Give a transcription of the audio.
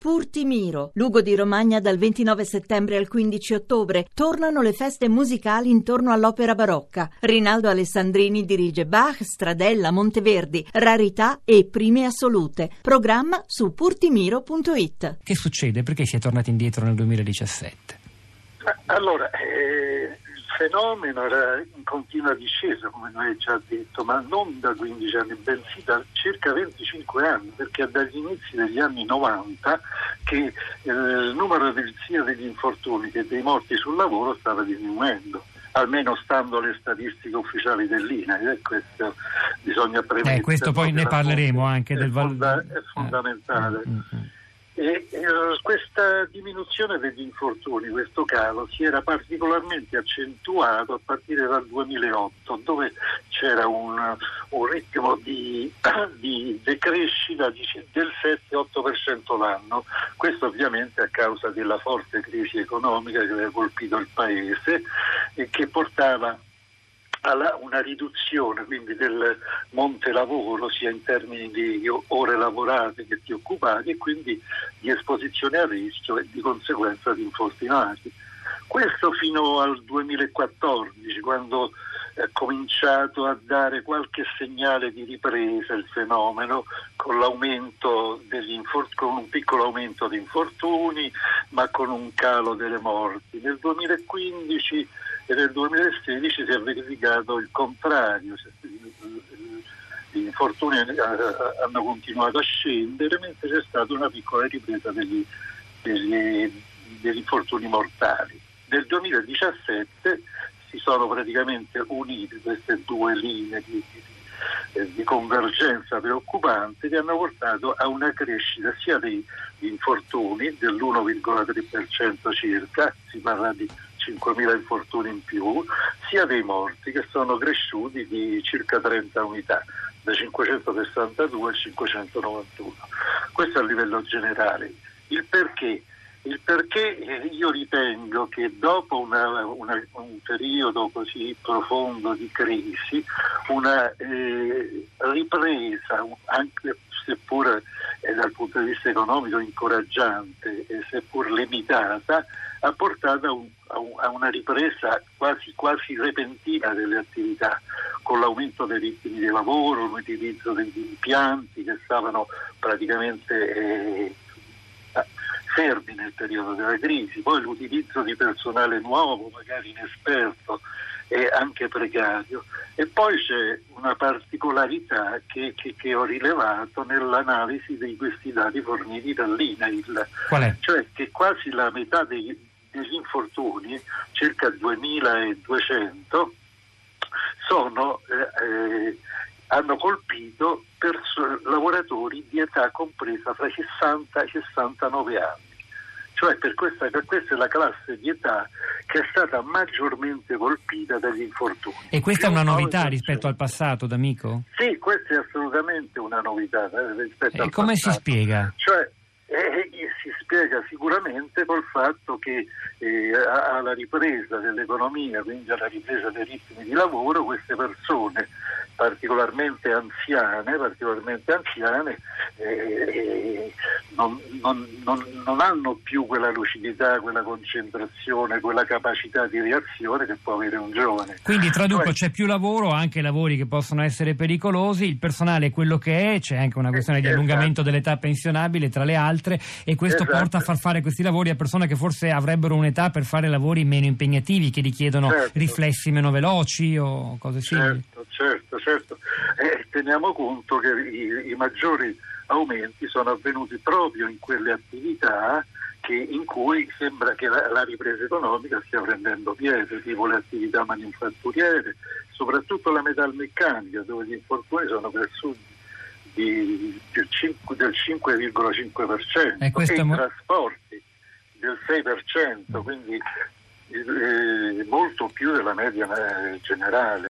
Purtimiro, Lugo di Romagna dal 29 settembre al 15 ottobre. Tornano le feste musicali intorno all'opera barocca. Rinaldo Alessandrini dirige Bach, Stradella, Monteverdi, Rarità e Prime Assolute. Programma su purtimiro.it. Che succede? Perché si è tornati indietro nel 2017? Allora, il fenomeno era in continua discesa, come noi hai già detto, ma non da 15 anni, bensì da circa 25 anni, perché è dagli inizi degli anni 90 che il numero sia degli infortuni che dei morti sul lavoro stava diminuendo, almeno stando alle statistiche ufficiali dell'INAIL, questo bisogna premettere. Questo poi ne parleremo anche del valore. È fondamentale. E questa diminuzione degli infortuni, questo calo, si era particolarmente accentuato a partire dal 2008, dove c'era un ritmo di decrescita del 7-8% l'anno. Questo ovviamente a causa della forte crisi economica che aveva colpito il paese e che portava alla una riduzione quindi del monte lavoro, sia in termini di ore lavorate che di occupati, e quindi di esposizione a rischio e di conseguenza di infortunati. Questo fino al 2014, quando è cominciato a dare qualche segnale di ripresa il fenomeno, con l'aumento con un piccolo aumento di infortuni, ma con un calo delle morti. Nel 2015 e nel 2016 si è verificato il contrario, gli infortuni hanno continuato a scendere, mentre c'è stata una piccola ripresa degli infortuni mortali. Nel 2017 si sono praticamente unite queste due linee di convergenza preoccupante, che hanno portato a una crescita sia degli infortuni dell'1,3% circa, si parla di 5.000 infortuni in più, sia dei morti, che sono cresciuti di circa 30 unità, da 562 a 591. Questo a livello generale. Il perché io ritengo che dopo un periodo così profondo di crisi, una ripresa, anche seppur dal punto di vista economico incoraggiante e seppur limitata, ha portato a una ripresa quasi repentina delle attività, con l'aumento dei ritmi di lavoro, l'utilizzo degli impianti che stavano praticamente fermi nel periodo della crisi, poi l'utilizzo di personale nuovo, magari inesperto e anche precario. E poi c'è una particolarità che ho rilevato nell'analisi di questi dati forniti dall'INAIL. Qual è? Cioè che quasi la metà degli infortuni, circa 2.200, hanno colpito lavoratori di età compresa fra i 60 e i 69 anni. Cioè per questa è la classe di età che è stata maggiormente colpita dagli infortuni. E questa è una novità rispetto al passato, D'Amico? Sì, questa è assolutamente una novità rispetto al passato. E come si spiega? Cioè, si spiega sicuramente col fatto che alla ripresa dell'economia, quindi alla ripresa dei ritmi di lavoro, queste persone particolarmente anziane non hanno più quella lucidità, quella concentrazione, quella capacità di reazione che può avere un giovane. Quindi traduco, c'è più lavoro, anche lavori che possono essere pericolosi, il personale è quello che è, c'è anche una questione di allungamento dell'età pensionabile tra le altre, e questo porta a far fare questi lavori a persone che forse avrebbero un'età per fare lavori meno impegnativi, che richiedono riflessi meno veloci o cose simili. Certo. Teniamo conto che i maggiori aumenti sono avvenuti proprio in quelle attività in cui sembra che la ripresa economica stia prendendo piede, tipo le attività manifatturiere, soprattutto la metalmeccanica, dove gli infortuni sono cresciuti del 5,5%, e i trasporti del 6%, quindi molto più della media generale.